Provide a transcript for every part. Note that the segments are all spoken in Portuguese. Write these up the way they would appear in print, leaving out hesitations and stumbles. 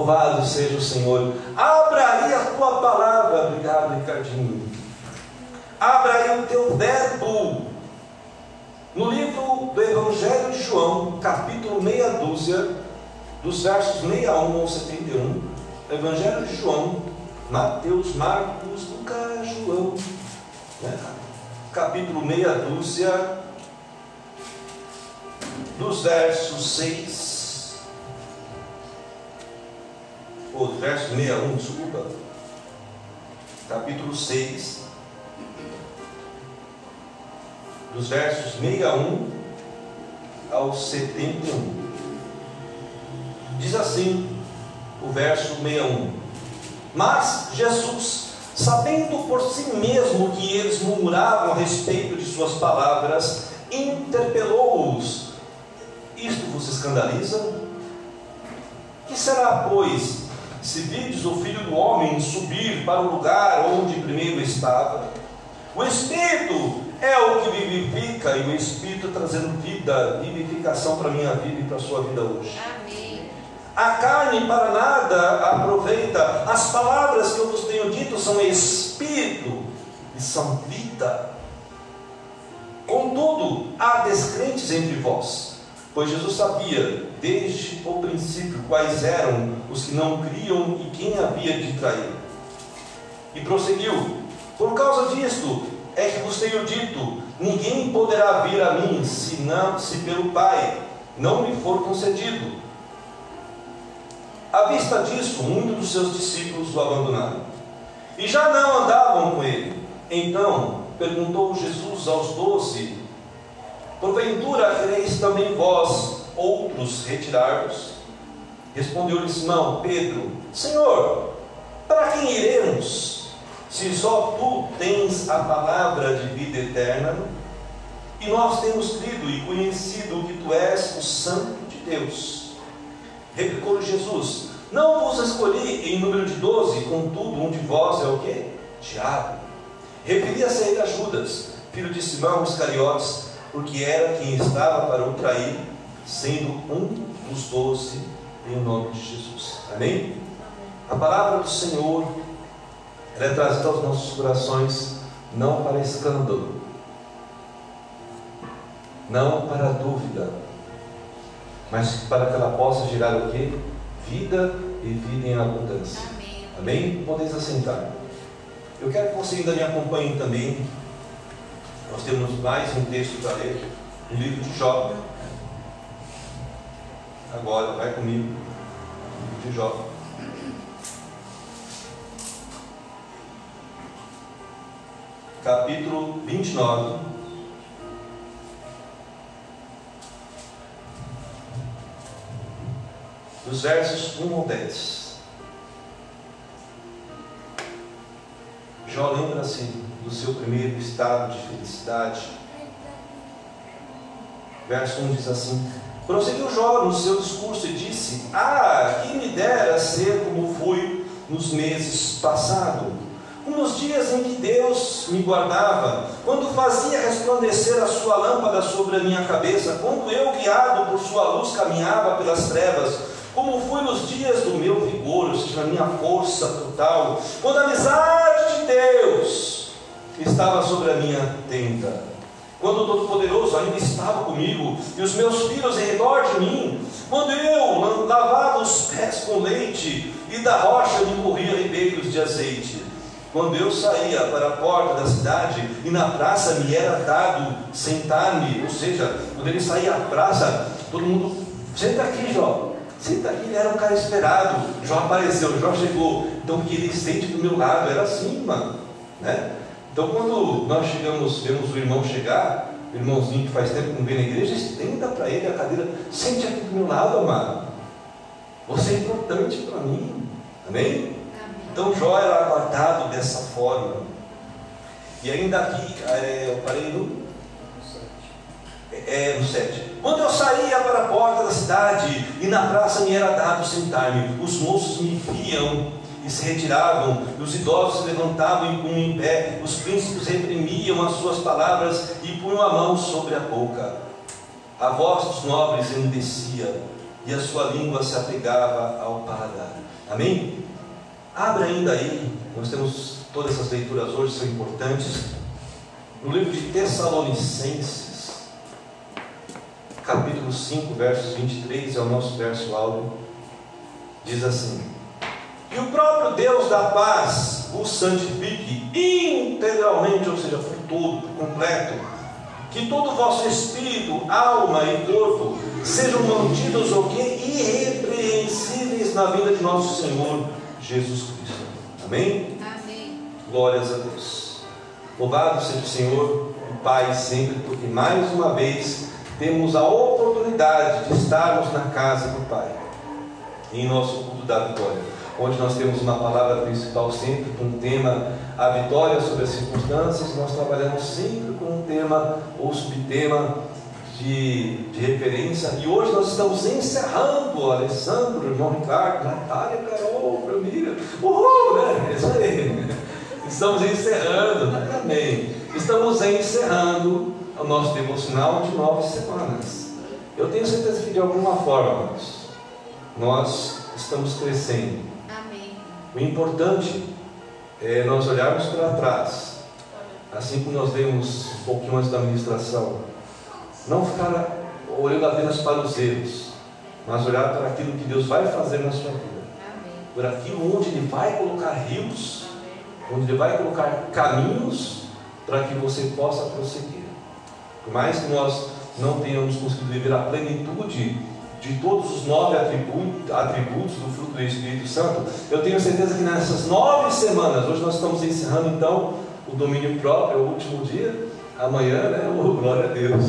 Louvado seja o Senhor. Abra aí a tua palavra. Obrigado, Ricardinho. Abra aí o teu verbo no livro do Evangelho de João, capítulo meia dúzia, dos versos 61 ao 71. Evangelho de João, Mateus, Marcos, Lucas, João, né? Capítulo meia dúzia, dos versos 6, ou do verso 61, desculpa, capítulo 6, dos versos 61 ao 71. Diz assim o verso 61: Mas Jesus, sabendo por si mesmo que eles murmuravam a respeito de suas palavras, interpelou-os: Isto vos escandaliza? Que será, pois, se vides o Filho do Homem subir para o lugar onde primeiro estava? O Espírito é o que vivifica, e o Espírito trazendo vida, vivificação para a minha vida e para a sua vida hoje. Amém. A carne para nada aproveita. As palavras que eu vos tenho dito são Espírito e são vida. Contudo, há descrentes entre vós, pois Jesus sabia desde o princípio quais eram os que não criam e quem havia de trair. E prosseguiu: Por causa disto é que vos tenho dito: ninguém poderá vir a mim, se pelo Pai não lhe for concedido. À vista disso, muitos dos seus discípulos o abandonaram e já não andavam com ele. Então perguntou Jesus aos 12: Porventura quereis também vós outros retirar-vos? Respondeu-lhe Simão Pedro: Senhor, para quem iremos, se só tu tens a palavra de vida eterna? E nós temos crido e conhecido que tu és o Santo de Deus. Replicou Jesus: Não vos escolhi em número de 12, contudo um de vós é o quê? Diabo. Referia-se a ele a Judas, filho de Simão Iscariotes, porque era quem estava para o trair, sendo um dos 12, em nome de Jesus. Amém? A palavra do Senhor, ela é trazida aos nossos corações, não para escândalo, não para dúvida, mas para que ela possa gerar o quê? Vida e vida em abundância. Amém. Amém? Podeis assentar. Eu quero que você ainda me acompanhe também. Nós temos mais um texto para ler, no livro de Jó. Agora, vai comigo, no livro de Jó. Capítulo 29. Dos versos 1 ao 10. Jó lembra-se do seu primeiro estado de felicidade. Verso 1 diz assim: Prosseguiu Jó no seu discurso e disse: que me dera ser como fui nos meses passados, como nos dias em que Deus me guardava, quando fazia resplandecer a sua lâmpada sobre a minha cabeça, quando eu, guiado por sua luz, caminhava pelas trevas, como fui nos dias do meu vigor, ou seja, na minha força total, quando a amizade de Deus estava sobre a minha tenda, quando o Todo-Poderoso ainda estava comigo, e os meus filhos em redor de mim, quando eu lavava os pés com leite, e da rocha me corria ribeiros de azeite, quando eu saía para a porta da cidade, e na praça me era dado sentar-me, ou seja, quando ele saía à praça, todo mundo: senta aqui, Jó. Senta aqui. Ele era um cara esperado. Jó apareceu, Jó chegou, então que ele sente do meu lado. Era assim, mano, né? Então quando nós chegamos, vemos o irmão chegar, o irmãozinho que faz tempo que não vem na igreja, estenda para ele a cadeira: sente aqui do meu lado, amado, você é importante para mim. Amém? Então Jó era guardado dessa forma. E ainda aqui, eu parei no 7. Quando eu saía para a porta da cidade, e na praça me era dado sentar-me, os moços me viam e se retiravam, e os idosos se levantavam e punham em pé, os príncipes reprimiam as suas palavras e punham a mão sobre a boca. A voz dos nobres enmudecia, e a sua língua se apegava ao paladar. Amém? Abra ainda aí, nós temos todas essas leituras hoje, são importantes. No livro de Tessalonicenses, capítulo 5, versos 23, é o nosso verso áureo, diz assim: que o próprio Deus da paz o santifique integralmente, ou seja, por todo, por completo, que todo o vosso espírito, alma e corpo sejam mantidos o quê? Irrepreensíveis na vinda de nosso Senhor Jesus Cristo. Amém? Amém. Glórias a Deus. Louvado seja o Senhor, o Pai, sempre, porque mais uma vez temos a oportunidade de estarmos na casa do Pai, em nosso culto da vitória, onde nós temos uma palavra principal sempre com o tema a vitória sobre as circunstâncias. Nós trabalhamos sempre com um tema ou subtema de referência, e hoje nós estamos encerrando, Alessandro, irmão Ricardo, Natália, Carol, Ramira, uhul, né? Isso aí, estamos encerrando, amém, estamos encerrando o nosso devocional de 9 semanas. Eu tenho certeza que de alguma forma nós estamos crescendo. Amém. O importante é nós olharmos para trás, assim como nós vemos um pouquinho antes da ministração, não ficar olhando apenas para os erros, mas olhar para aquilo que Deus vai fazer na sua vida. Amém. Por aquilo onde Ele vai colocar rios, onde Ele vai colocar caminhos para que você possa prosseguir. Por mais que nós não tenhamos conseguido viver a plenitude de todos os 9 atributos do fruto do Espírito Santo, eu tenho certeza que nessas 9 semanas, hoje nós estamos encerrando então o domínio próprio, é o último dia, amanhã, né? Oh, glória a Deus.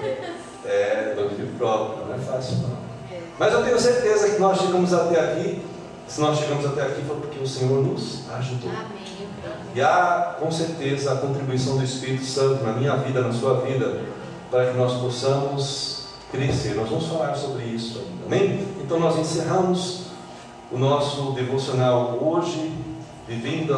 Domínio próprio, não é fácil não. Mas eu tenho certeza que nós chegamos até aqui. Se nós chegamos até aqui foi porque o Senhor nos ajudou. Amém. E há com certeza a contribuição do Espírito Santo na minha vida, na sua vida, para que nós possamos crescer. Nós vamos falar sobre isso ainda, amém? Então nós encerramos o nosso devocional hoje, vivendo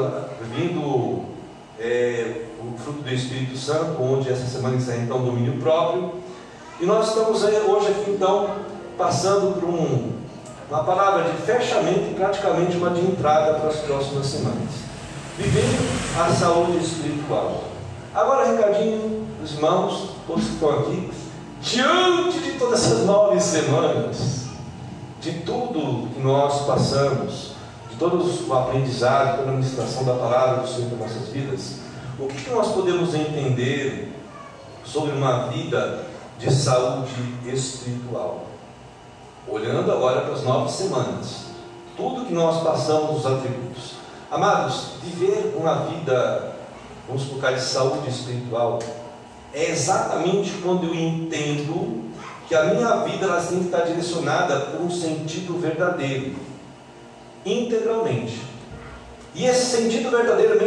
o fruto do Espírito Santo, onde essa semana encerra então o domínio próprio. E nós estamos hoje aqui então passando por uma palavra de fechamento e praticamente uma de entrada para as próximas semanas, vivendo a saúde espiritual. Agora, recadinho dos irmãos, todos que estão aqui, diante de todas essas 9 semanas, de tudo que nós passamos, de todo o aprendizado, toda a ministração da palavra do Senhor para nossas vidas, o que nós podemos entender sobre uma vida de saúde espiritual? Olhando agora para as 9 semanas, tudo que nós passamos, os atributos. Amados, viver uma vida, vamos colocar, de saúde espiritual, é exatamente quando eu entendo que a minha vida ela tem que estar direcionada por um sentido verdadeiro, integralmente. E esse sentido verdadeiro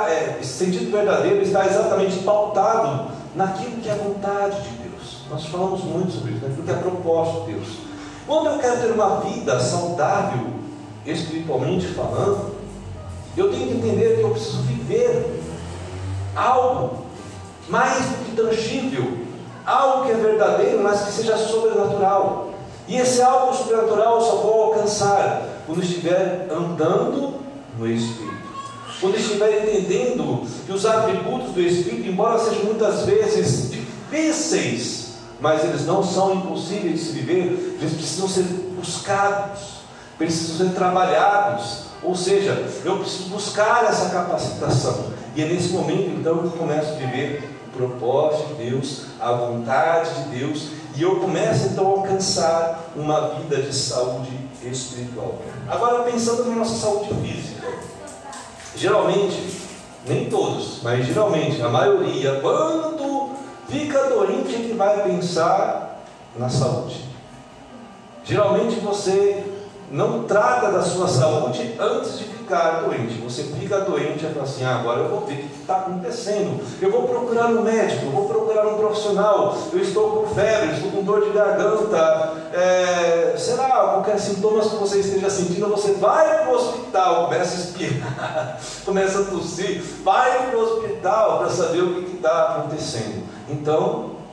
está exatamente pautado naquilo que é a vontade de Deus. Nós falamos muito sobre isso, naquilo que é a proposta de Deus. Quando eu quero ter uma vida saudável, espiritualmente falando, eu tenho que entender que eu preciso viver algo mais do que tangível, algo que é verdadeiro, mas que seja sobrenatural. E esse algo sobrenatural eu só vou alcançar quando estiver andando no Espírito, quando estiver entendendo que os atributos do Espírito, embora sejam muitas vezes difíceis, mas eles não são impossíveis de se viver, eles precisam ser buscados, precisam ser trabalhados. Ou seja, eu preciso buscar essa capacitação, e é nesse momento então que eu começo a viver o propósito de Deus, a vontade de Deus, e eu começo então a alcançar uma vida de saúde espiritual. Agora, pensando na nossa saúde física, geralmente, nem todos, mas geralmente, a maioria, quando fica doente, é que vai pensar na saúde. Geralmente você não trata da sua saúde antes de ficar doente. Você fica doente e fala assim: agora eu vou ver o que está acontecendo, eu vou procurar um médico, eu vou procurar um profissional, eu estou com febre, estou com dor de garganta, será qualquer sintoma que você esteja sentindo, você vai para o hospital, começa a espirrar, começa a tossir, vai para o hospital para saber o que está acontecendo. Então,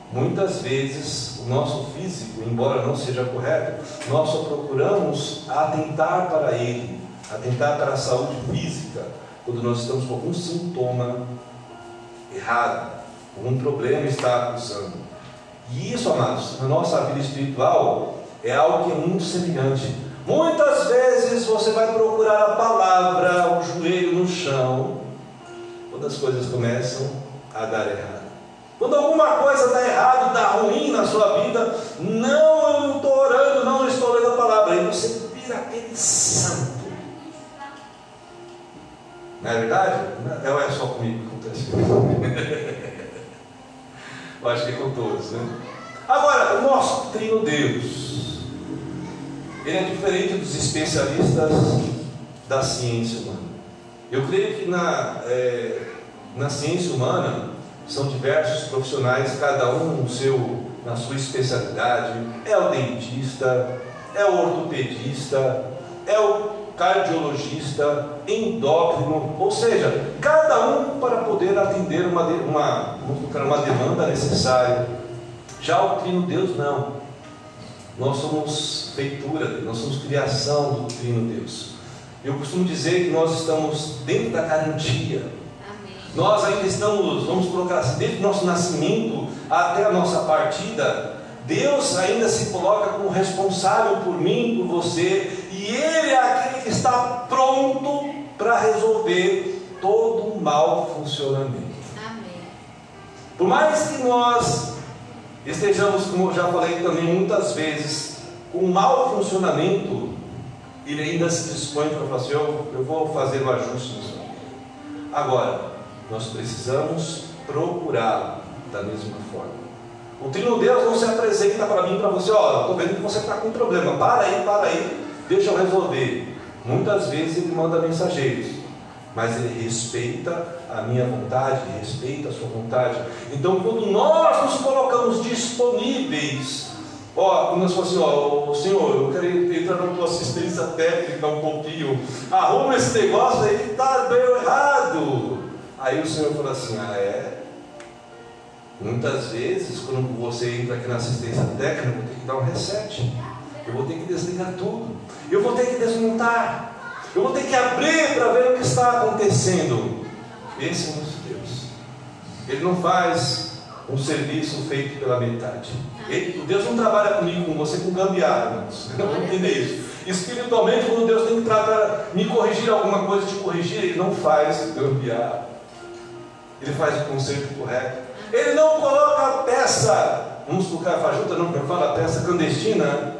muitas vezes o nosso físico, embora não seja correto, nós só procuramos atentar para ele, atentar para a saúde física, quando nós estamos com algum sintoma errado, algum problema está acusando. E isso, amados, na nossa vida espiritual é algo que é muito semelhante. Muitas vezes você vai procurar a palavra, o joelho no chão, quando as coisas começam a dar errado. Quando alguma coisa está errada, está ruim na sua vida, não, eu não estou orando, não estou lendo a palavra, aí você vira aquele santo. Não é verdade? Ou é só comigo que acontece? Eu acho que é com todos, né? Agora, o nosso trino Deus, ele é diferente dos especialistas da ciência humana. Eu creio que na ciência humana são diversos profissionais, cada um na sua especialidade. É o dentista, é o ortopedista, é o cardiologista, endócrino, ou seja, cada um para poder atender uma demanda necessária. Já o trino Deus não. Nós somos feitura dele, nós somos criação do trino Deus. Eu costumo dizer que nós estamos dentro da garantia. Amém. Nós ainda estamos, vamos colocar assim, desde o nosso nascimento até a nossa partida, Deus ainda se coloca como responsável por mim, por você, e Ele é aquele que está pronto para resolver todo o mau funcionamento. Amém. Por mais que nós estejamos, como eu já falei também muitas vezes, com um mau funcionamento, Ele ainda se dispõe para falar assim, eu vou fazer o ajuste na sua vida. Agora, nós precisamos procurá-lo da mesma forma. O trino Deus não se apresenta para mim e para você, estou vendo que você está com um problema, para aí, deixa eu resolver. Muitas vezes Ele manda mensageiros, mas Ele respeita a minha vontade, respeita a sua vontade. Então, quando nós nos colocamos disponíveis, quando nós falamos assim, Senhor, eu quero entrar na tua assistência técnica um pouquinho, arruma esse negócio aí que está meio errado. Aí o Senhor fala assim, muitas vezes, quando você entra aqui na assistência técnica, eu vou ter que dar um reset, eu vou ter que desligar tudo, eu vou ter que desmontar, eu vou ter que abrir para ver o que está acontecendo. Esse é o nosso Deus. Ele não faz um serviço feito pela metade. Deus não trabalha comigo, com você, com gambiarra, irmãos. Não vou entender isso. Espiritualmente, quando Deus tem que para me corrigir alguma coisa, te corrigir, Ele não faz gambiarra. Ele faz o conserto correto. Ele não coloca a peça, vamos colocar fajuta, não, eu falo a peça clandestina,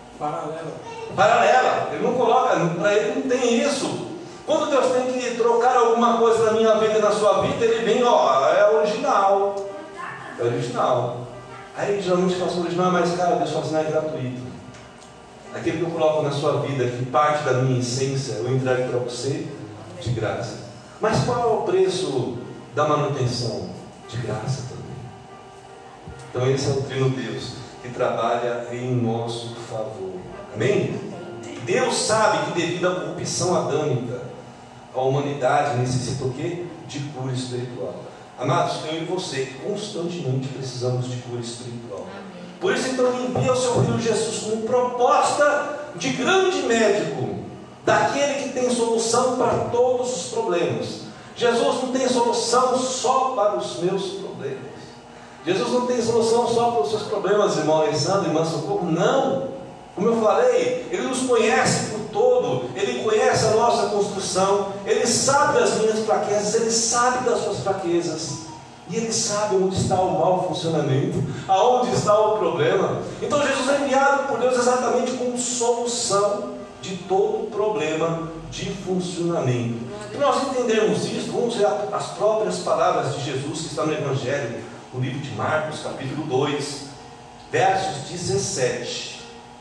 paralela. Ele não coloca, para Ele não tem isso. Quando Deus tem que trocar alguma coisa na minha vida e na sua vida, Ele vem, é original. É original. Aí geralmente faço original, mas cara, Deus fala assim, não é gratuito. Aquilo que eu coloco na sua vida, que parte da minha essência, eu entrego para você de graça. Mas qual é o preço da manutenção? De graça também. Então esse é o trino Deus, que trabalha em nosso favor. Amém? Deus sabe que devido à corrupção adâmica, a humanidade necessita o quê? De cura espiritual. Amados, eu e você constantemente precisamos de cura espiritual. Amém. Por isso então Ele envia o seu Filho Jesus como proposta de grande médico, daquele que tem solução para todos os problemas. Jesus não tem solução só para os meus problemas. Jesus não tem solução só para os seus problemas, irmão Alessandro, irmã Socorro, não. Como eu falei, Ele nos conhece por todo, Ele conhece a nossa construção, Ele sabe das minhas fraquezas, Ele sabe das suas fraquezas, e Ele sabe onde está o mau funcionamento, aonde está o problema. Então Jesus é enviado por Deus exatamente como solução de todo problema de funcionamento. Para nós entendermos isso, vamos ver as próprias palavras de Jesus que está no Evangelho, no livro de Marcos, capítulo 2, versos 17.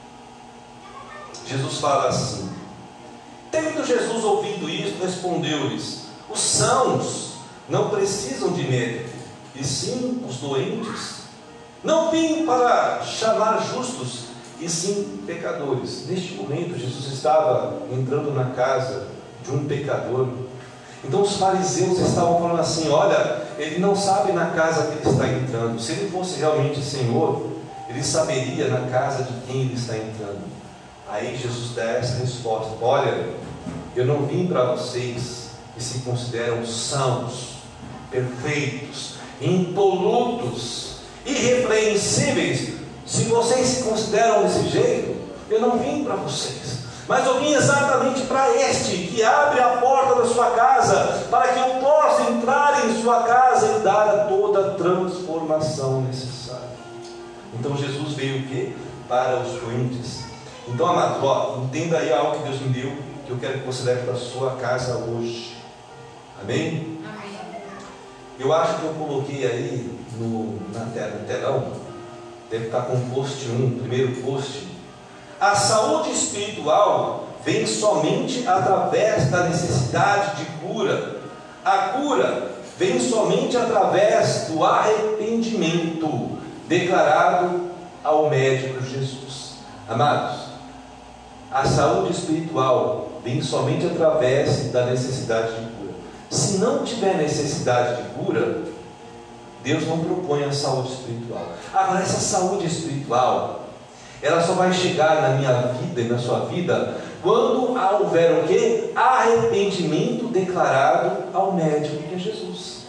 Jesus fala assim: tendo Jesus ouvido isto, respondeu-lhes: os sãos não precisam de médico, e sim os doentes. Não vim para chamar justos, e sim pecadores. Neste momento Jesus estava entrando na casa de um pecador. Então os fariseus estavam falando assim: olha, ele não sabe na casa que ele está entrando. Se ele fosse realmente Senhor, ele saberia na casa de quem ele está entrando. Aí Jesus dá essa resposta: olha, eu não vim para vocês que se consideram sãos, perfeitos, impolutos, irrepreensíveis. Se vocês se consideram desse jeito, eu não vim para vocês, mas eu vim exatamente para este que abre a porta da sua casa, para que eu possa entrar em sua casa e dar toda a transformação necessária. Então Jesus veio o quê? Para os doentes. Então, amados, entenda aí algo que Deus me deu, que eu quero que você leve para a sua casa hoje. Amém? Amém. Eu acho que eu coloquei aí no telão, deve estar com o post 1, primeiro post. A saúde espiritual vem somente através da necessidade de cura. A cura vem somente através do arrependimento declarado ao médico Jesus. Amados, a saúde espiritual vem somente através da necessidade de cura. Se não tiver necessidade de cura, Deus não propõe a saúde espiritual. Agora, essa saúde espiritual, ela só vai chegar na minha vida e na sua vida quando houver o quê? Arrependimento declarado ao médico que é Jesus.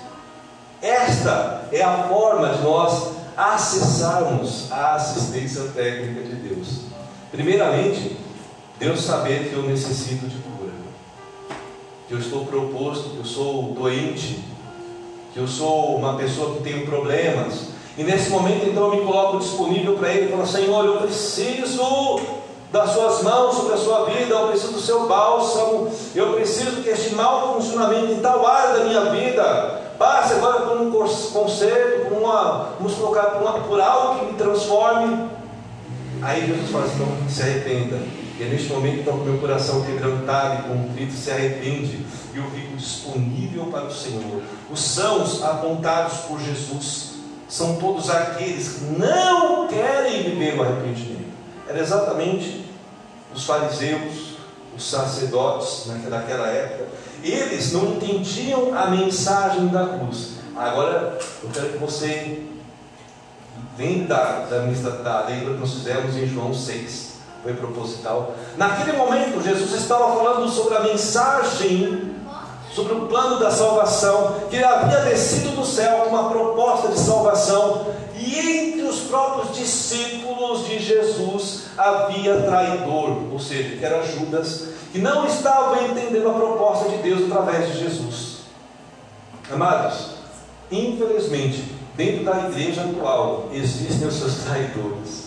Esta é a forma de nós acessarmos a assistência técnica de Deus. Primeiramente, Deus saber que eu necessito de cura, que eu estou proposto, que eu sou doente, que eu sou uma pessoa que tem problemas, e nesse momento então eu me coloco disponível para Ele e falo: Senhor, eu preciso das suas mãos sobre a sua vida, eu preciso do seu bálsamo, eu preciso que este mau funcionamento em tal área da minha vida passe agora por um conserto, vamos colocar por algo que me transforme. Aí Jesus fala assim: então se arrependa. E neste momento, então, com o meu coração quebrantado e contrito, se arrepende, e eu fico disponível para o Senhor. Os sãos apontados por Jesus são todos aqueles que não querem viver o arrependimento. Era exatamente os fariseus, os sacerdotes naquela época. Eles não entendiam a mensagem da cruz. Agora eu quero que você lembre da leitura que nós fizemos em João 6. Foi proposital. Naquele momento Jesus estava falando sobre a mensagem, sobre o plano da salvação, que ele havia descido do céu com uma proposta de salvação, e entre os próprios discípulos de Jesus havia traidor, ou seja, que era Judas, que não estava entendendo a proposta de Deus através de Jesus. Amados, infelizmente, dentro da igreja atual existem os seus traidores,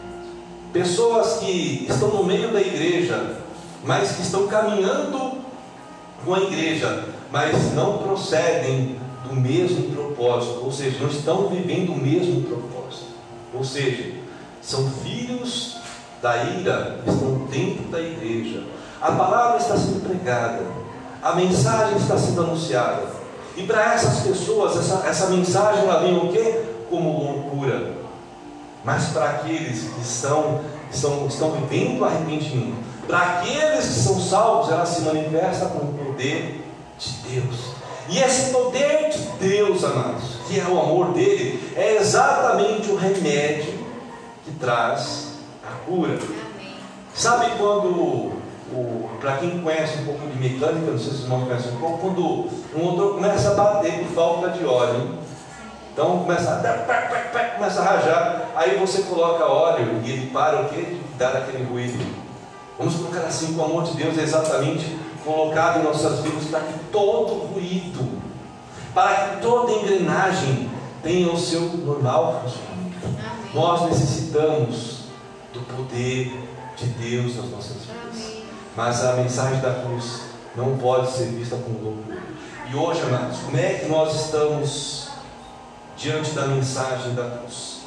pessoas que estão no meio da igreja, mas que estão caminhando com a igreja, mas não procedem do mesmo propósito, ou seja, não estão vivendo o mesmo propósito, ou seja, são filhos da ira, estão dentro da igreja, a palavra está sendo pregada, a mensagem está sendo anunciada, e para essas pessoas, essa mensagem ela vem o quê? Como loucura. Mas para aqueles que estão vivendo o arrependimento, para aqueles que são salvos, ela se manifesta com o poder de Deus. E esse poder de Deus, amados, que é o amor dele, é exatamente o remédio que traz a cura. Amém. Sabe quando, para quem conhece um pouco de mecânica, não sei se os irmãos conhecem um pouco, quando um motor começa a bater por falta de óleo, então começa a rajar, aí você coloca óleo e ele para o quê? De dar aquele ruído. Vamos colocar assim, com o amor de Deus é exatamente colocado em nossas vidas para que todo ruído, para que toda engrenagem tenha o seu normal funcionamento. Amém. Nós necessitamos do poder de Deus nas nossas vidas. Amém. Mas a mensagem da cruz não pode ser vista como loucura. E hoje, amados, como é que nós estamos diante da mensagem da cruz?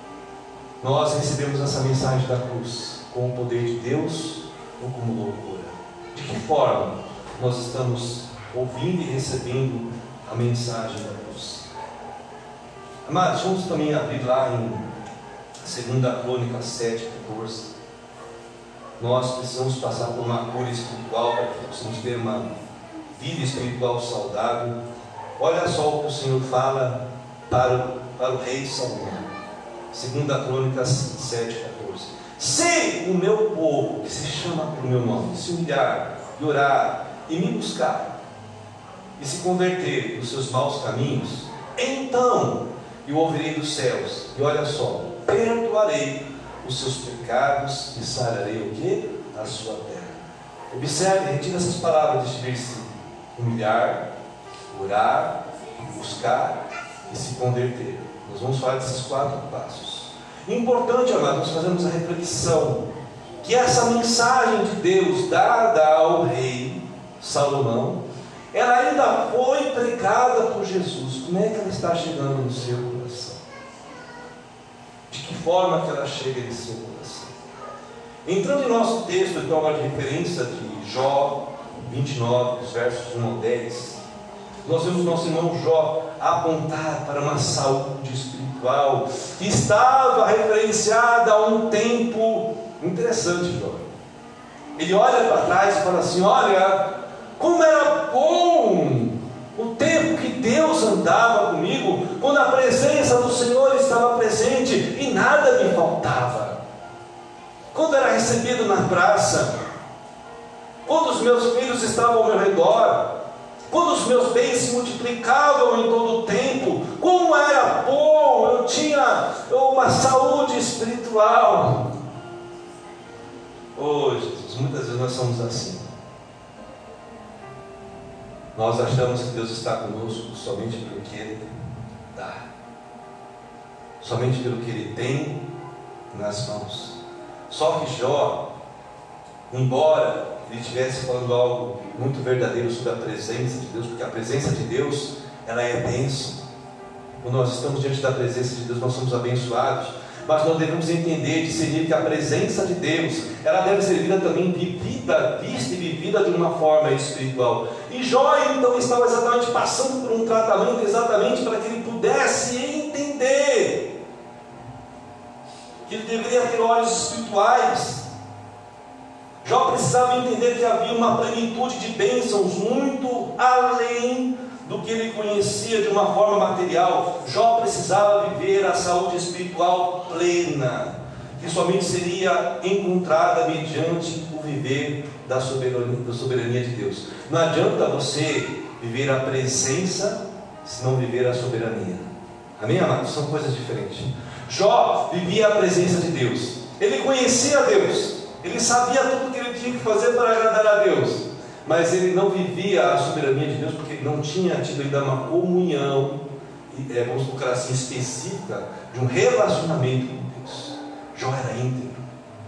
Nós recebemos essa mensagem da cruz com o poder de Deus ou como loucura? De que forma nós estamos ouvindo e recebendo a mensagem da cruz? Amados, vamos também abrir lá em 2 Crônicas 7:14. Nós precisamos passar por uma cura espiritual para que possamos ter uma vida espiritual saudável. olha só o que o Senhor fala para o rei Salomão. 2 Crônicas 7:14. Se o meu povo, que se chama pelo meu nome, se humilhar e orar e me buscar e se converter dos seus maus caminhos, então eu ouvirei dos céus e olha só, perdoarei os seus pecados e sararei o que? A sua terra. Observe, retira essas palavras deste versículo: humilhar, orar, buscar e se converter. Nós vamos falar desses 4 passos. Importante, amados, nós fazemos a reflexão que essa mensagem de Deus dada ao rei Salomão, ela ainda foi pregada por Jesus. Como é que ela está chegando no seu coração? De que forma que ela chega em seu coração? Entrando em nosso texto, então, agora de referência de Jó 29, os versos 1 ao 10, nós vemos nosso irmão Jó apontar para uma saúde espiritual que estava referenciada a um tempo interessante, Jó. Ele olha para trás e fala assim: olha, como era bom o tempo que Deus andava comigo, quando a presença do Senhor estava presente e nada me faltava. Quando era recebido na praça, quando os meus filhos estavam ao meu redor, quando os meus bens se multiplicavam em todo o tempo, como era bom, eu tinha uma saúde espiritual. Oh Jesus, muitas vezes nós somos assim. Nós achamos que Deus está conosco somente pelo que Ele dá, somente pelo que Ele tem nas mãos. Só que Jó, embora ele estivesse falando algo muito verdadeiro sobre a presença de Deus, porque a presença de Deus, ela é bênção. Quando nós estamos diante da presença de Deus, nós somos abençoados. Mas nós devemos entender, discernir que a presença de Deus, ela deve ser também vivida, vista e vivida de uma forma espiritual. E Jó então estava exatamente passando por um tratamento, exatamente para que ele pudesse entender que ele deveria ter olhos espirituais. Jó precisava entender que havia uma plenitude de bênçãos muito além do que ele conhecia de uma forma material. Jó precisava viver a saúde espiritual plena, que somente seria encontrada mediante o viver da soberania de Deus. Não adianta você viver a presença se não viver a soberania. Amém, amados? São coisas diferentes. Jó vivia a presença de Deus, ele conhecia Deus, ele sabia tudo o que ele tinha que fazer para agradar a Deus, mas ele não vivia a soberania de Deus, porque ele não tinha tido ainda uma comunhão, vamos colocar assim, específica, de um relacionamento com Deus. Jó era íntegro.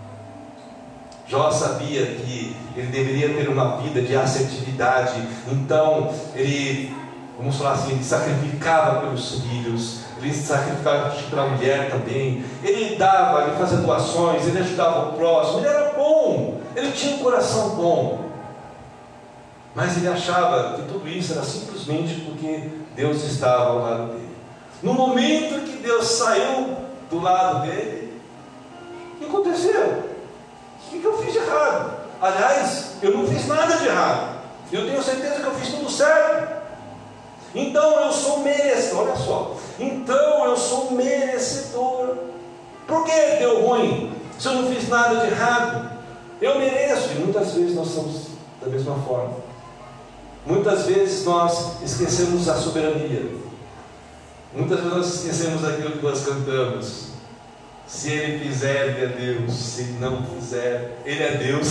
Jó sabia que ele deveria ter uma vida de assertividade, então ele, vamos falar assim, ele sacrificava pelos filhos, ele sacrificava pela mulher também, ele dava, ele fazia doações, ele ajudava o próximo, ele era bom, ele tinha um coração bom, mas ele achava que tudo isso era simplesmente porque Deus estava ao lado dele. No momento que Deus saiu do lado dele, o que aconteceu? O que eu fiz de errado? Aliás, eu não fiz nada de errado, eu tenho certeza que eu fiz tudo certo. Então eu sou merecedor, olha só, então eu sou merecedor. Por que deu ruim? Se eu não fiz nada de errado, eu mereço. E muitas vezes nós somos da mesma forma. Muitas vezes nós esquecemos a soberania. Muitas vezes nós esquecemos aquilo que nós cantamos. Se Ele fizer, Ele é Deus. Se Ele não fizer, Ele é Deus.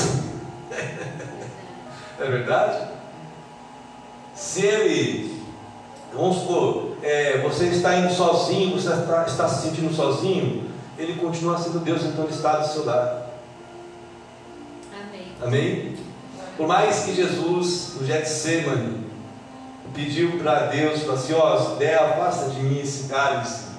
É verdade? Se Ele, vamos supor, você está indo sozinho, você está se sentindo sozinho, Ele continua sendo Deus, então Ele está do seu lado. Amém. Amém? Por mais que Jesus, no Getsemane, pediu para Deus, falou assim: ó, se der, afasta de mim esse cálice.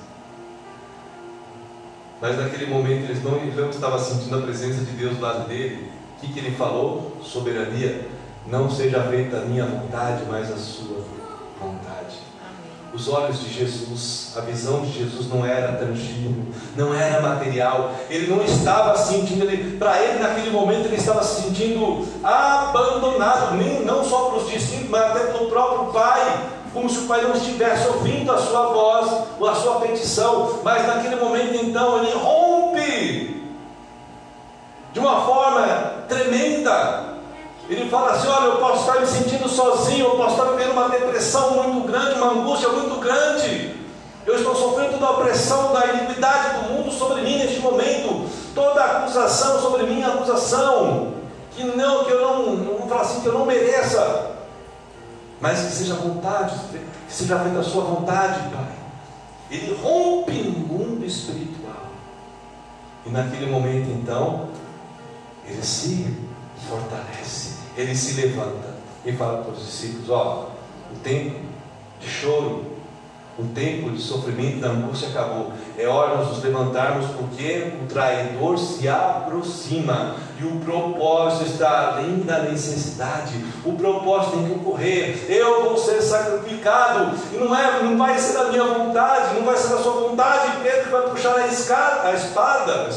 Mas naquele momento ele não estava sentindo a presença de Deus do lado dele. O que ele falou? Soberania. Não seja feita a minha vontade, mas a sua vontade. Amém. Os olhos de Jesus, a visão de Jesus não era tangível, não era material. Ele não estava sentindo, para ele naquele momento ele estava se sentindo abandonado, não só pelos discípulos, mas até pelo próprio Pai. como se o pai não estivesse ouvindo a sua voz, ou a sua petição, mas naquele momento então ele rompe de uma forma tremenda. Ele fala assim: olha, eu posso estar me sentindo sozinho, eu posso estar vivendo uma depressão muito grande, uma angústia muito grande, eu estou sofrendo toda a opressão da iniquidade do mundo sobre mim neste momento, toda a acusação sobre mim, acusação que eu não vou falar assim, que eu não mereça, mas que seja a vontade, que seja feita a sua vontade, Pai. Ele rompe no mundo espiritual, e naquele momento então ele se fortalece, ele se levanta e fala para os discípulos: ó, o tempo de choro, o tempo de sofrimento e da angústia acabou. É hora de nos levantarmos, porque o traidor se aproxima e o propósito está além da necessidade. O propósito tem que ocorrer. Eu vou ser sacrificado, e não vai ser da minha vontade, não vai ser da sua vontade. Pedro vai puxar a espada.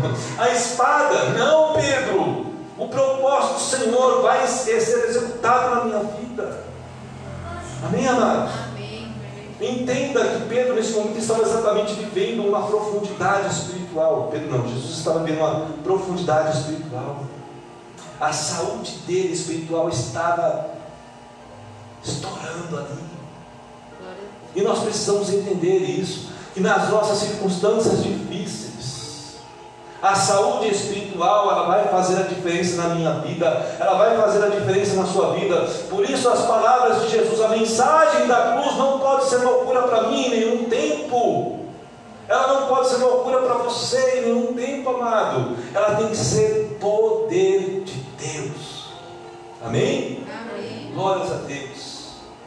Não, Pedro, o propósito do Senhor vai ser executado na minha vida. Amém, amados? Entenda que Pedro nesse momento estava exatamente vivendo uma profundidade espiritual. Jesus estava vivendo uma profundidade espiritual. A saúde dele espiritual estava estourando ali. E nós precisamos entender isso, que nas nossas circunstâncias difíceis, a saúde espiritual, ela vai fazer a diferença na minha vida, ela vai fazer a diferença na sua vida. Por isso as palavras de Jesus, a mensagem da cruz não pode ser loucura para mim em nenhum tempo. Ela não pode ser loucura para você em nenhum tempo, amado. Ela tem que ser poder de Deus. Amém? Amém. Glórias a Deus.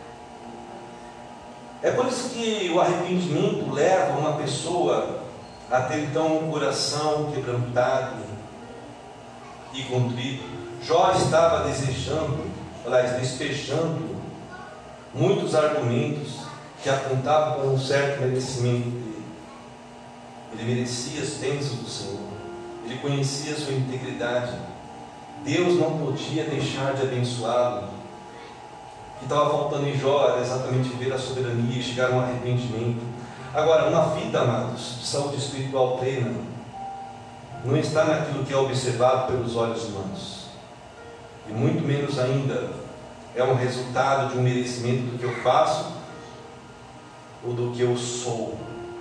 É por isso que o arrependimento leva uma pessoa a ter então um coração quebrantado e contrito. Jó estava despejando muitos argumentos que apontavam para um certo merecimento dele. Ele merecia as bênçãos do Senhor, ele conhecia a sua integridade. Deus não podia deixar de abençoá-lo. O que estava faltando em Jó era exatamente ver a soberania e chegar a um arrependimento. Agora, uma vida, amados, de saúde espiritual plena não está naquilo que é observado pelos olhos humanos, e muito menos ainda é um resultado de um merecimento do que eu faço ou do que eu sou.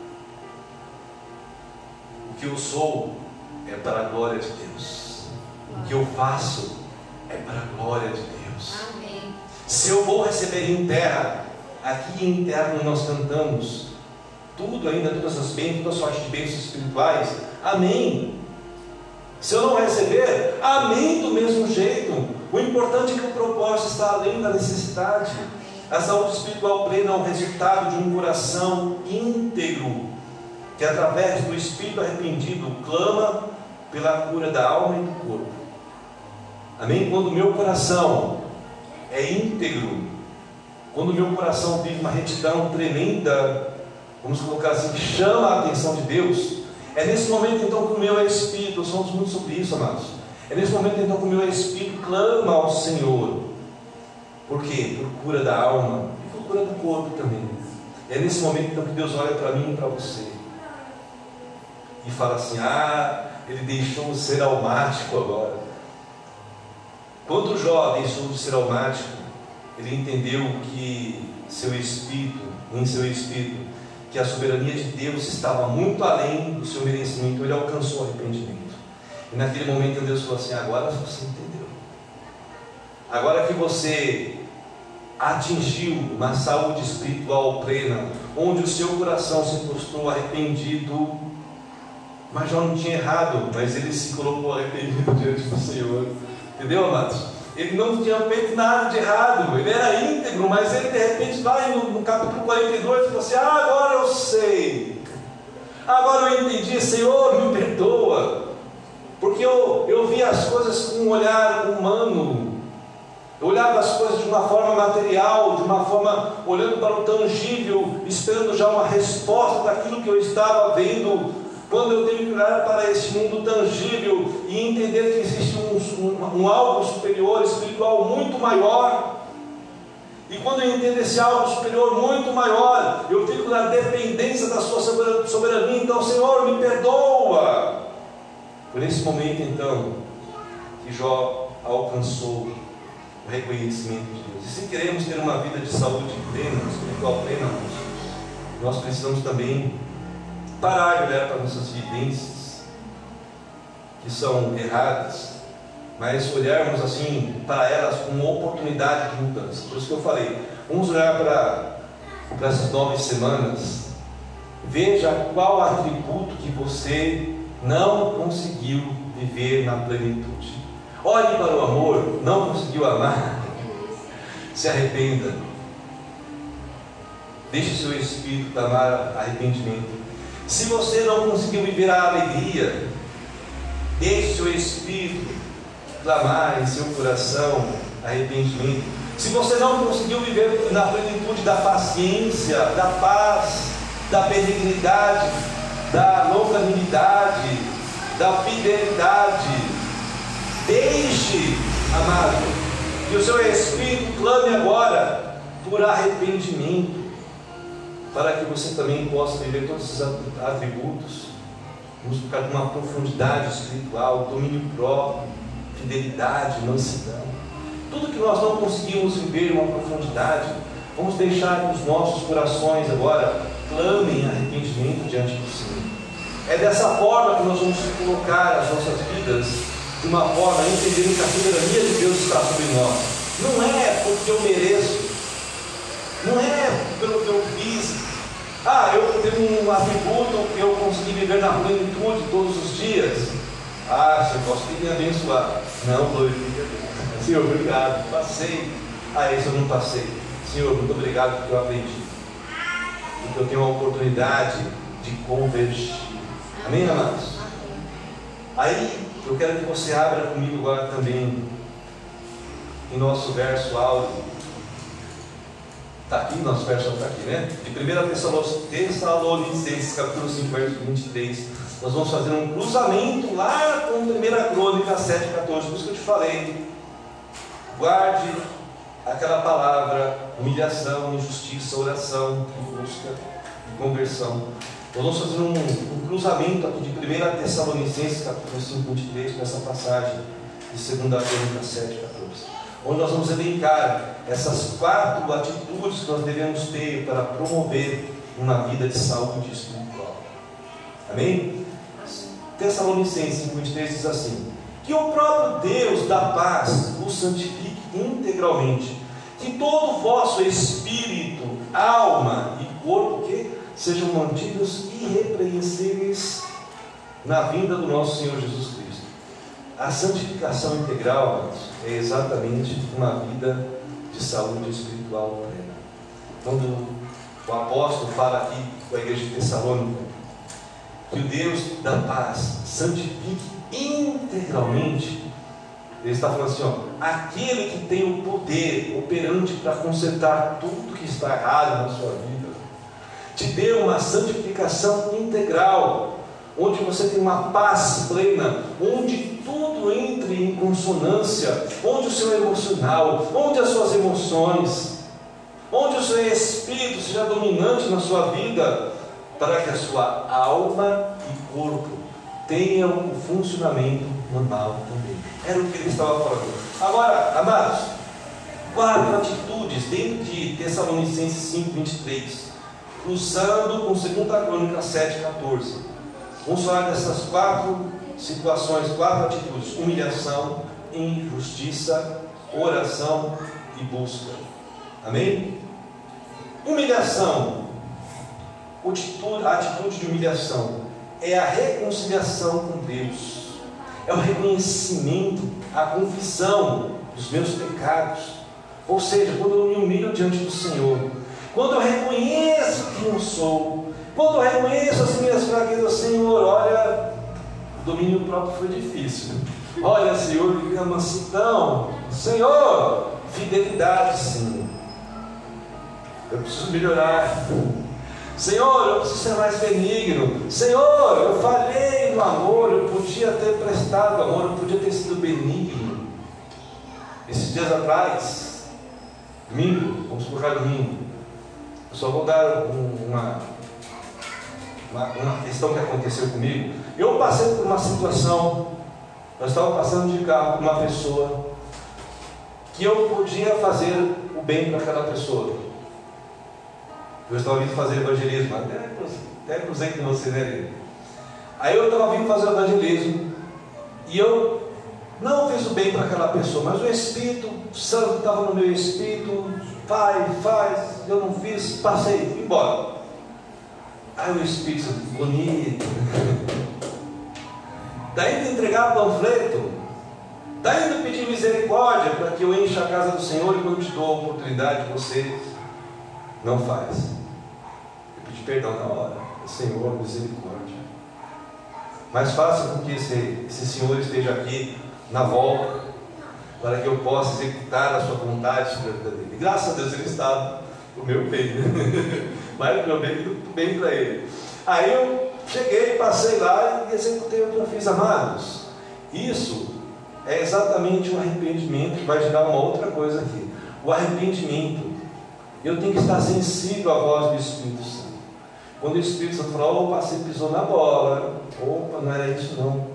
O que eu sou é para a glória de Deus, o que eu faço é para a glória de Deus. Amém. Se eu vou receber em terra, aqui em terra, como nós cantamos, tudo ainda, todas as bênçãos, toda sorte de bênçãos espirituais, amém. Se eu não receber, amém do mesmo jeito. O importante é que o propósito está além da necessidade. A saúde espiritual plena é o resultado de um coração íntegro, que através do espírito arrependido clama pela cura da alma e do corpo. Amém? Quando o meu coração é íntegro, quando o meu coração vive uma retidão tremenda, vamos colocar assim, que chama a atenção de Deus, é nesse momento então que o meu espírito, nós falamos muito sobre isso, amados, é nesse momento então que o meu espírito clama ao Senhor. Por quê? Por cura da alma e por cura do corpo também. É nesse momento então que Deus olha para mim e para você e fala assim: ah, ele deixou de ser almático agora. Quando Jó deixou de ser almático, ele entendeu que em seu espírito, que a soberania de Deus estava muito além do seu merecimento. Ele alcançou o arrependimento. E naquele momento Deus falou assim: agora você entendeu. Agora que você atingiu uma saúde espiritual plena, onde o seu coração se mostrou arrependido, mas Jó não tinha errado, mas ele se colocou arrependido diante do Senhor. Entendeu, amados? Ele não tinha feito nada de errado, ele era íntegro, mas ele de repente vai no capítulo 42 e falou assim: ah, agora eu sei, agora eu entendi, Senhor, me perdoa, porque eu vi as coisas com um olhar humano, eu olhava as coisas de uma forma material, de uma forma olhando para o tangível, esperando já uma resposta daquilo que eu estava vendo, quando eu tenho que olhar para esse mundo tangível e entender que existe um algo superior, espiritual, muito maior. E quando eu entendo esse algo superior muito maior, eu fico na dependência da sua soberania. Então, Senhor, me perdoa. Por esse momento, então, que Jó alcançou o reconhecimento de Deus. E se queremos ter uma vida de saúde plena, espiritual plena, nós precisamos também parar de olhar para nossas vivências que são erradas, mas olharmos assim para elas como uma oportunidade de mudança. Por isso que eu falei, vamos olhar para essas 9 semanas. Veja qual atributo que você não conseguiu viver na plenitude. Olhe para o amor, não conseguiu amar, se arrependa. Deixe o seu espírito clamar arrependimento. Se você não conseguiu viver a alegria, deixe o seu espírito clamar em seu coração arrependimento. Se você não conseguiu viver na plenitude da paciência, da paz, da benignidade, da longanimidade, da fidelidade, deixe, amado, que o seu espírito clame agora por arrependimento, para que você também possa viver todos esses atributos. Vamos buscar uma profundidade espiritual, domínio próprio, fidelidade, mansidão. Tudo que nós não conseguimos viver em uma profundidade, vamos deixar que os nossos corações agora clamem arrependimento diante do Senhor. É dessa forma que nós vamos colocar as nossas vidas de uma forma entendendo que a soberania de Deus está sobre nós. Não é porque eu mereço, não é pelo que eu fiz. Eu tenho um atributo que eu consegui viver na plenitude todos os dias. Senhor, posso me abençoar. Não, glorifique a Deus. Senhor, obrigado, passei. Esse eu não passei. Senhor, muito obrigado porque eu aprendi. Porque eu tenho a oportunidade de convergir. Amém, amados? Aí, eu quero que você abra comigo agora também em nosso verso áudio. Está aqui, nosso verso está aqui, né? De 1 Tessalonicenses, capítulo 5, verso 23. Nós vamos fazer um cruzamento lá com 1 Crônica 7, 14. Por isso que eu te falei. Guarde aquela palavra: humilhação, injustiça, oração, busca e conversão. Nós vamos fazer um cruzamento aqui de 1 Tessalonicenses, capítulo 5, 23, com essa passagem de 2 Crônica 7, 14. Onde nós vamos elencar essas 4 atitudes que nós devemos ter para promover uma vida de saúde espiritual. Amém? Tessalonicenses 5,23 diz assim: que o próprio Deus da paz vos santifique integralmente, que todo o vosso espírito, alma e corpo sejam mantidos irrepreensíveis na vinda do nosso Senhor Jesus Cristo. A santificação integral, amados, é exatamente uma vida de saúde espiritual plena. Quando o apóstolo fala aqui com a igreja de Tessalônica que o Deus da paz santifique integralmente, ele está falando assim: aquele que tem o poder operante para consertar tudo que está errado na sua vida, te dê uma santificação integral, onde você tem uma paz plena, onde tudo entre em consonância, onde o seu emocional, onde as suas emoções, onde o seu espírito seja dominante na sua vida, para que a sua alma e corpo tenham um funcionamento normal também. Era o que ele estava falando. Agora, amados, 4 atitudes dentro de Tessalonicenses 5,23, cruzando com 2 Crônica 7,14. Vamos falar dessas 4 situações, 4 atitudes: humilhação, injustiça, oração e busca. Amém? Humilhação. A atitude de humilhação é a reconciliação com Deus, é o reconhecimento, a confissão dos meus pecados. Ou seja, quando eu me humilho diante do Senhor, quando eu reconheço quem eu sou, quando eu reconheço as minhas fraquezas, Senhor, olha, o domínio próprio foi difícil. Olha, Senhor, a mansidão, Senhor, fidelidade, Senhor. Eu preciso melhorar. Senhor, eu preciso ser mais benigno. Senhor, eu falhei no amor, eu podia ter prestado amor, eu podia ter sido benigno. Esses dias atrás, Domingo, vamos colocar domingo. Eu só vou dar uma questão que aconteceu comigo. Eu passei por uma situação, nós estávamos passando de carro com uma pessoa que eu podia fazer o bem para aquela pessoa. Eu estava vindo fazer evangelismo, até cruzei com você, né? Aí eu estava vindo fazer evangelismo e eu não fiz o bem para aquela pessoa, mas o Espírito Santo estava no meu espírito, faz, eu não fiz, passei, fui embora. Aí o Espírito Santo, bonito, está indo entregar panfleto, está indo pedir misericórdia para que eu encha a casa do Senhor, e quando te dou a oportunidade você não faz. Eu pedi perdão na hora, Senhor, misericórdia, mas faça com que esse Senhor esteja aqui na volta, para que eu possa executar a sua vontade sobre a vida dele. E graças a Deus ele estava o meu bem, mas o meu bem do bem para ele. Aí eu cheguei, passei lá e executei o que eu fiz, amados. Isso é exatamente um arrependimento que vai gerar uma outra coisa aqui. O arrependimento, eu tenho que estar sensível à voz do Espírito Santo. Quando o Espírito Santo falou, opa, você pisou na bola, opa, não era isso não,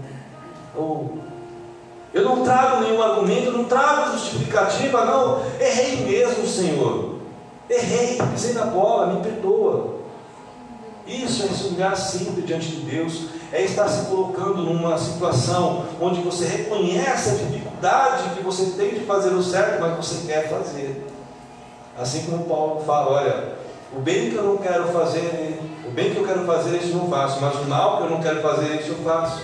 eu não trago nenhum argumento, eu não trago justificativa, não, errei mesmo, Senhor, errei, pisei na bola, me perdoa. Isso é se humilhar sempre diante de Deus, é estar se colocando numa situação onde você reconhece a dificuldade que você tem de fazer o certo, mas você quer fazer. Assim como Paulo fala, olha, o bem que eu não quero fazer, o bem que eu quero fazer, isso eu não faço, mas o mal que eu não quero fazer, isso eu faço.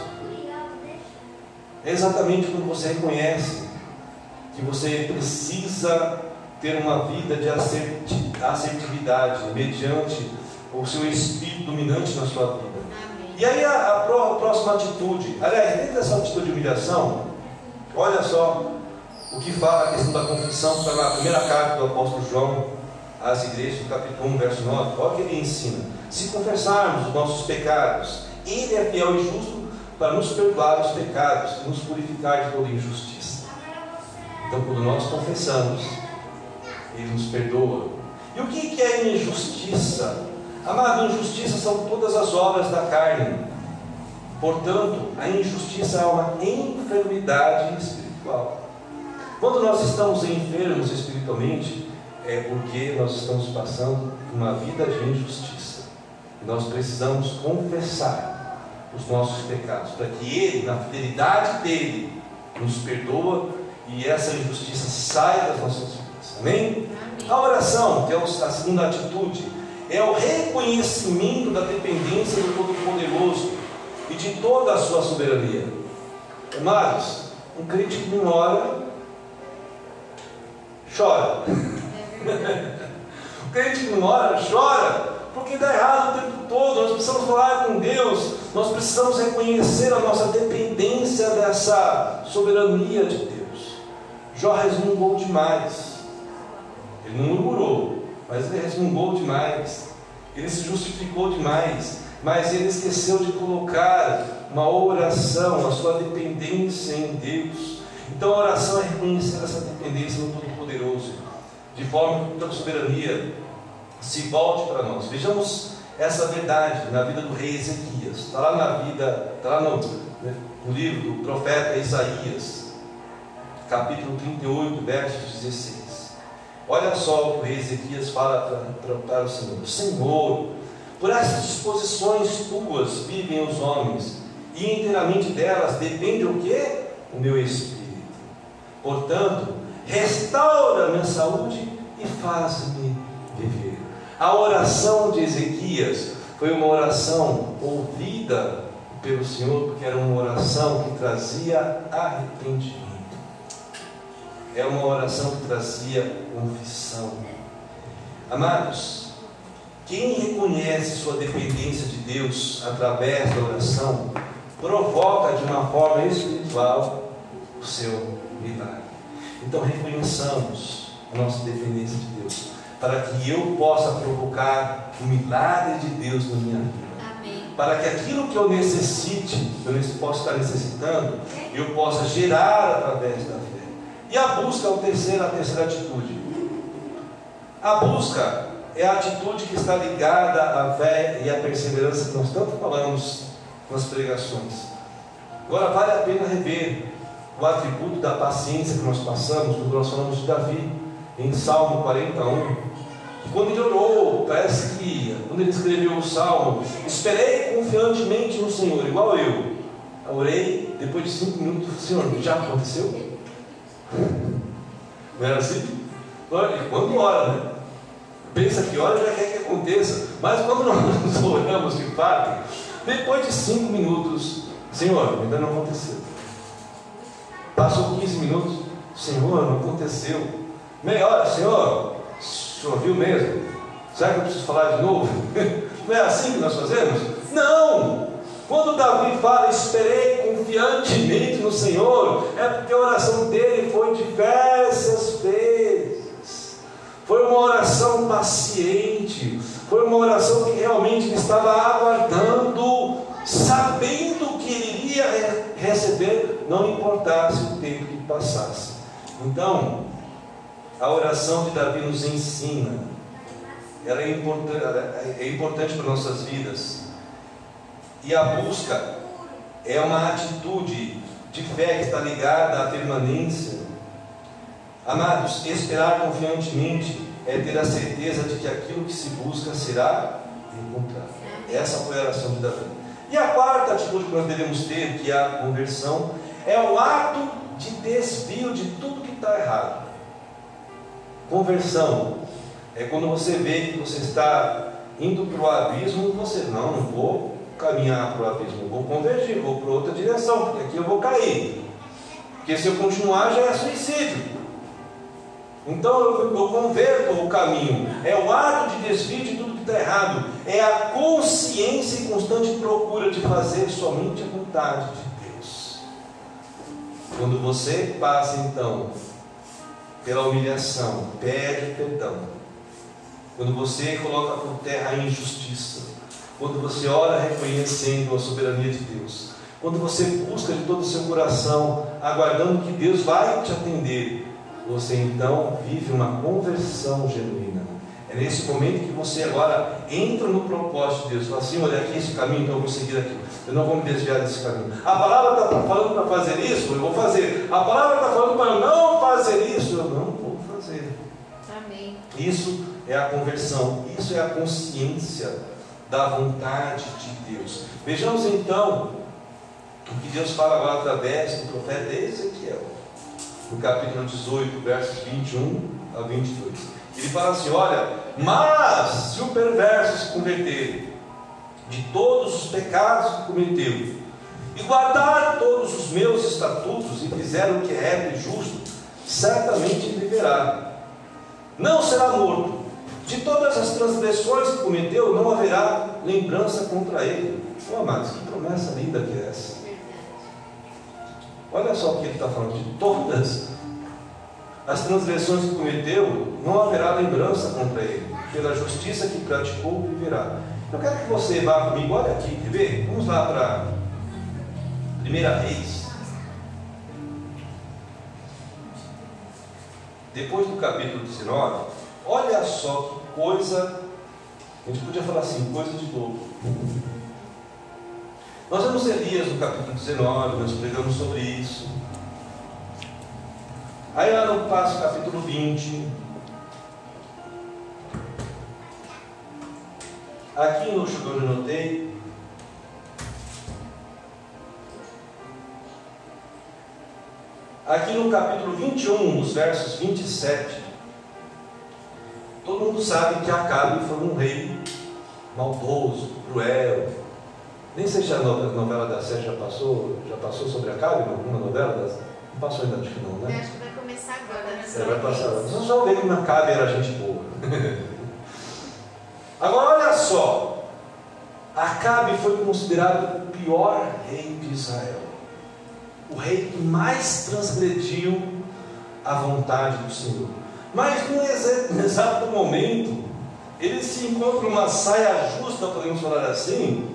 É exatamente quando você reconhece que você precisa ter uma vida de assertividade mediante o seu espírito dominante na sua vida. E aí a próxima atitude, aliás, dentro dessa atitude de humilhação, olha só o que fala a questão da confissão, está na primeira carta do apóstolo João às igrejas, no capítulo 1, verso 9. Olha o que ele ensina: se confessarmos os nossos pecados, Ele é fiel e justo para nos perdoar os pecados e nos purificar de toda injustiça. Então, quando nós confessamos, Ele nos perdoa. E o que é injustiça? Amado, injustiça são todas as obras da carne. Portanto, a injustiça é uma enfermidade espiritual. Quando nós estamos enfermos espiritualmente, é porque nós estamos passando uma vida de injustiça. E nós precisamos confessar os nossos pecados, para que Ele, na fidelidade dEle, nos perdoa e essa injustiça saia das nossas vidas. Amém? A oração, que é a segunda atitude, é o reconhecimento da dependência do Todo-Poderoso e de toda a sua soberania. Amados, um crente que não ora, chora. O crente que não ora, chora, porque dá errado o tempo todo. Nós precisamos falar com Deus, nós precisamos reconhecer a nossa dependência dessa soberania de Deus. Jó resmungou demais. Ele não murmurou, mas ele resmungou demais, ele se justificou demais, mas ele esqueceu de colocar uma oração, a sua dependência em Deus. Então a oração é reconhecer essa dependência no Todo-Poderoso, de forma que toda a soberania se volte para nós. Vejamos essa verdade na vida do rei Ezequias. Está lá no livro do profeta Isaías, capítulo 38, verso 16. Olha só o que o rei Ezequias fala para o Senhor: Senhor, por essas disposições tuas vivem os homens, e inteiramente delas depende o quê? O meu espírito. Portanto, restaura a minha saúde e faz-me viver. A oração de Ezequias foi uma oração ouvida pelo Senhor, porque era uma oração que trazia arrependimento. É uma oração que trazia confissão. Amados, quem reconhece sua dependência de Deus através da oração, provoca de uma forma espiritual o seu milagre. Então reconheçamos a nossa dependência de Deus, para que eu possa provocar o milagre de Deus na minha vida. Amém. Para que aquilo que eu necessite, eu posso estar necessitando, eu possa gerar através da fé. E a busca é a terceira atitude. A busca é a atitude que está ligada à fé e à perseverança que nós tanto falamos nas pregações. Agora vale a pena rever o atributo da paciência que nós passamos quando nós falamos de Davi em Salmo 41. Quando ele orou, parece que quando ele escreveu o Salmo, esperei confiantemente no Senhor, igual eu. Orei, depois de 5 minutos, Senhor, já aconteceu? Não era assim? Quando ora, né? Pensa que ora já quer que aconteça, mas quando nós oramos de fato, depois de 5 minutos, Senhor, ainda não aconteceu. Passou 15 minutos, Senhor, não aconteceu. Meia hora, Senhor, o senhor viu mesmo? Será que eu preciso falar de novo? Não é assim que nós fazemos? Não! Quando Davi fala, esperei confiantemente no Senhor, é porque a oração dele foi diversas vezes. Foi uma oração paciente, foi uma oração que realmente ele estava aguardando, sabendo que ele iria receber, não importasse o tempo que passasse. Então, a oração de Davi nos ensina, ela é importante para nossas vidas. E a busca é uma atitude de fé que está ligada à permanência. Amados, esperar confiantemente é ter a certeza de que aquilo que se busca será encontrado. Essa foi a oração de Davi. E a quarta atitude que nós devemos ter, que é a conversão, é o ato de desvio de tudo que está errado. Conversão é quando você vê que você está indo para o abismo, você não vou caminhar para o abismo, vou convergir, vou para outra direção, porque aqui eu vou cair, porque se eu continuar já é suicídio. Então eu converto o caminho. É o ato de desvio de tudo que está errado, é a consciência e constante procura de fazer somente a vontade de Deus. Quando você passa então pela humilhação, pede perdão, quando você coloca por terra a injustiça, quando você ora reconhecendo a soberania de Deus, quando você busca de todo o seu coração, aguardando que Deus vai te atender, você então vive uma conversão genuína. É nesse momento que você agora entra no propósito de Deus. Fala assim, olha aqui esse caminho, então eu vou seguir aqui, eu não vou me desviar desse caminho. A palavra está falando para fazer isso, eu vou fazer. A palavra está falando para não fazer isso, eu não vou fazer. Amém. Isso é a conversão, isso é a consciência da vontade de Deus. Vejamos então o que Deus fala agora através do profeta Ezequiel, no capítulo 18, versos 21 a 22. Ele fala assim, olha, mas se o perverso se converter de todos os pecados que cometeu, e guardar todos os meus estatutos, e fizer o que é reto e justo, certamente viverá, não será morto. De todas as transgressões que cometeu, não haverá lembrança contra ele. Oh, amados, que promessa linda que é essa. Olha só o que ele está falando. De todas as transgressões que cometeu, não haverá lembrança contra ele. Pela justiça que praticou, viverá. Eu quero que você vá comigo, olha aqui, quer ver? Vamos lá para 1 Reis. Depois do capítulo 19, olha só que coisa, a gente podia falar assim, coisa de louco. Nós vemos Elias no capítulo 19, nós pregamos sobre isso. Aí lá no passo capítulo 20, aqui no onde eu notei, aqui no capítulo 21, nos versos 27, todo mundo sabe que Acabe foi um rei maldoso, cruel. Nem sei se a novela da Sé já passou sobre Acabe, alguma novela das... Não passou ainda, acho que não, né? Acho que vai começar agora. Vai passar. Vocês vão ver que Acabe era gente boa. Agora olha só, Acabe foi considerado o pior rei de Israel, o rei que mais transgrediu a vontade do Senhor. Mas no exato momento, ele se encontra uma saia justa, podemos falar assim.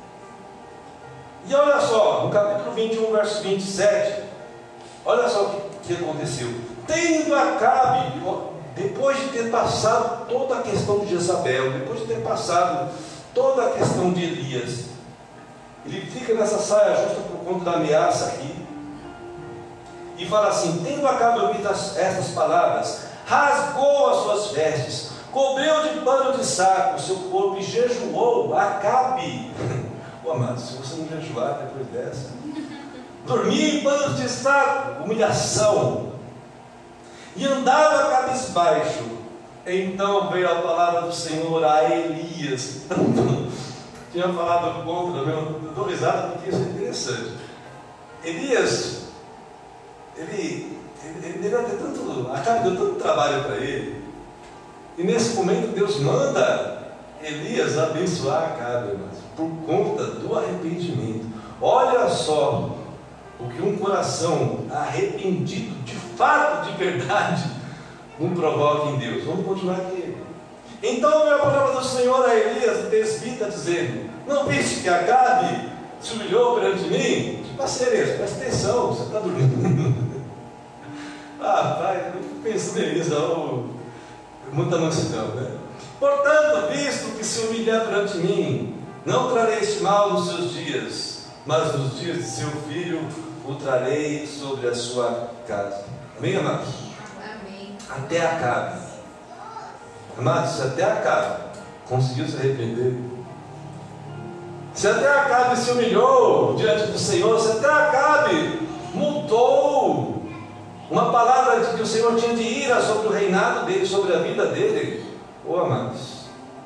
E olha só, no capítulo 21, verso 27, olha só o que aconteceu. Tendo Acabe depois de ter passado toda a questão de Jezabel, depois de ter passado toda a questão de Elias, ele fica nessa saia justa por conta da ameaça aqui, e fala assim: tendo Acabe ouvido estas palavras, rasgou as suas vestes, cobriu de pano de saco o seu corpo e jejuou. Acabe, amado, se você não jejuar depois dessa, dormia em panos de saco, humilhação, e andava cabisbaixo. Então veio a palavra do Senhor a Elias. Tinha falado contra, eu dou risada porque isso é interessante. Elias, ele deve ter tanto, Acabe deu tanto trabalho para ele, e nesse momento Deus manda Elias abençoar Acabe, mas por conta do arrependimento. Olha só o que um coração arrependido, de fato, de verdade, não provoca em Deus. Vamos continuar aqui. Então veio a palavra do Senhor a Elias, o tesbita, dizendo: não viste que Acabe se humilhou perante mim? Tipo assim, Elias, presta atenção, você está dormindo. Pai, eu fico pensando nisso, muita mansidão, né? Portanto, visto que se humilhar perante mim, não trarei este mal nos seus dias, mas nos dias de seu filho o trarei sobre a sua casa. Amém, amados? Amém. Até Acabe, amados, se até Acabe conseguiu se arrepender, se até Acabe se humilhou diante do Senhor, se até Acabe mudou uma palavra de que o Senhor tinha de ira sobre o reinado dele, sobre a vida dele, amados,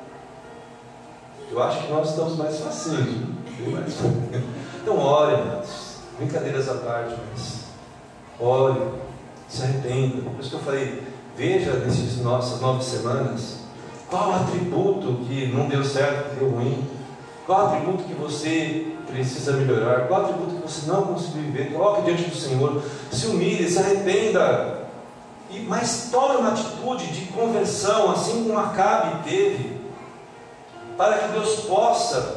eu acho que nós estamos mais facinhos, bem mais. Então ore, amados, brincadeiras à parte, mas ore, se arrependa. Por isso que eu falei, veja nessas nossas 9 semanas, qual atributo que não deu certo, que deu ruim, qual atributo que você precisa melhorar, qual atributo que você não conseguiu viver. Coloque diante do Senhor, se humilhe, se arrependa, mas tome uma atitude de conversão, assim como Acabe teve, para que Deus possa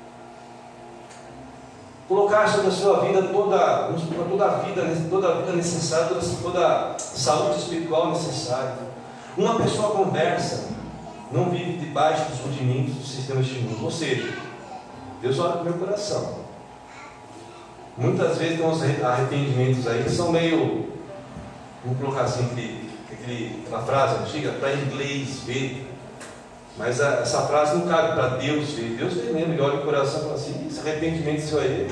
colocar sobre a sua vida toda a vida necessária, toda a saúde espiritual necessária. Uma pessoa conversa não vive debaixo dos rudimentos do sistema deste mundo. Ou seja, Deus olha para o meu coração. Muitas vezes tem uns arrependimentos aí que são meio, vamos colocar assim, aquela frase antiga, para inglês ver. Mas essa frase não cabe para Deus ver. Deus vê mesmo, ele olha o coração e fala assim: esse arrependimento seu aí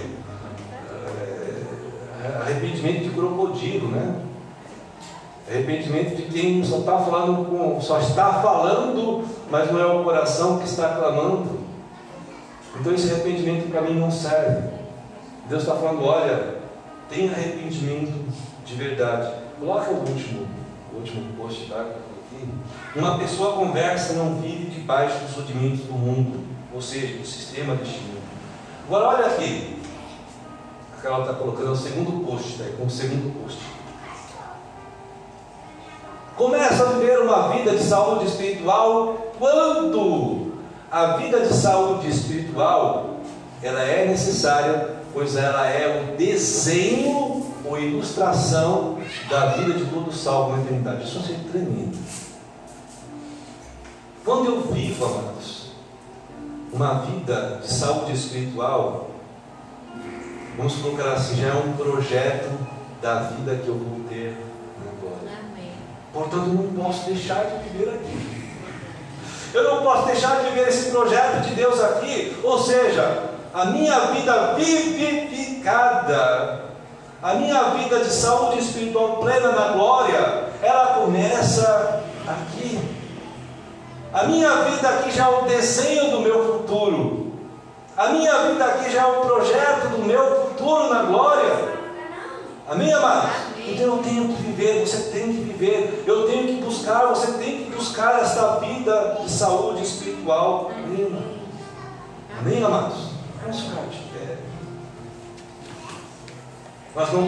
é arrependimento de crocodilo, né? Arrependimento de quem só está falando, mas não é o coração que está clamando. Então esse arrependimento para mim não serve. Deus está falando: olha, tem arrependimento de verdade. Coloca o último post, tá? Uma pessoa conversa não vive debaixo dos rudimentos do mundo, ou seja, do sistema deste mundo. Agora olha aqui, a Carol está colocando o segundo post, tá? Com o segundo post. Começa a viver uma vida de saúde espiritual quando a vida de saúde espiritual ela é necessária, pois ela é o desenho ou ilustração da vida de todo salvo na eternidade. Isso é tremendo. Quando eu vivo, amados, uma vida de saúde espiritual, vamos colocar assim, já é um projeto da vida que eu vou ter na glória. Amém. Portanto, eu não posso deixar de viver aqui. Eu não posso deixar de viver esse projeto de Deus aqui. Ou seja, a minha vida vivificada, a minha vida de saúde espiritual plena na glória, ela começa aqui. A minha vida aqui já é o desenho do meu futuro. A minha vida aqui já é o projeto do meu futuro na glória. Amém, amados? Então eu tenho que viver, você tem que viver. Eu tenho que buscar, você tem que buscar esta vida de saúde espiritual plena. Amém, amados? Vamos ficar de pé. Nós não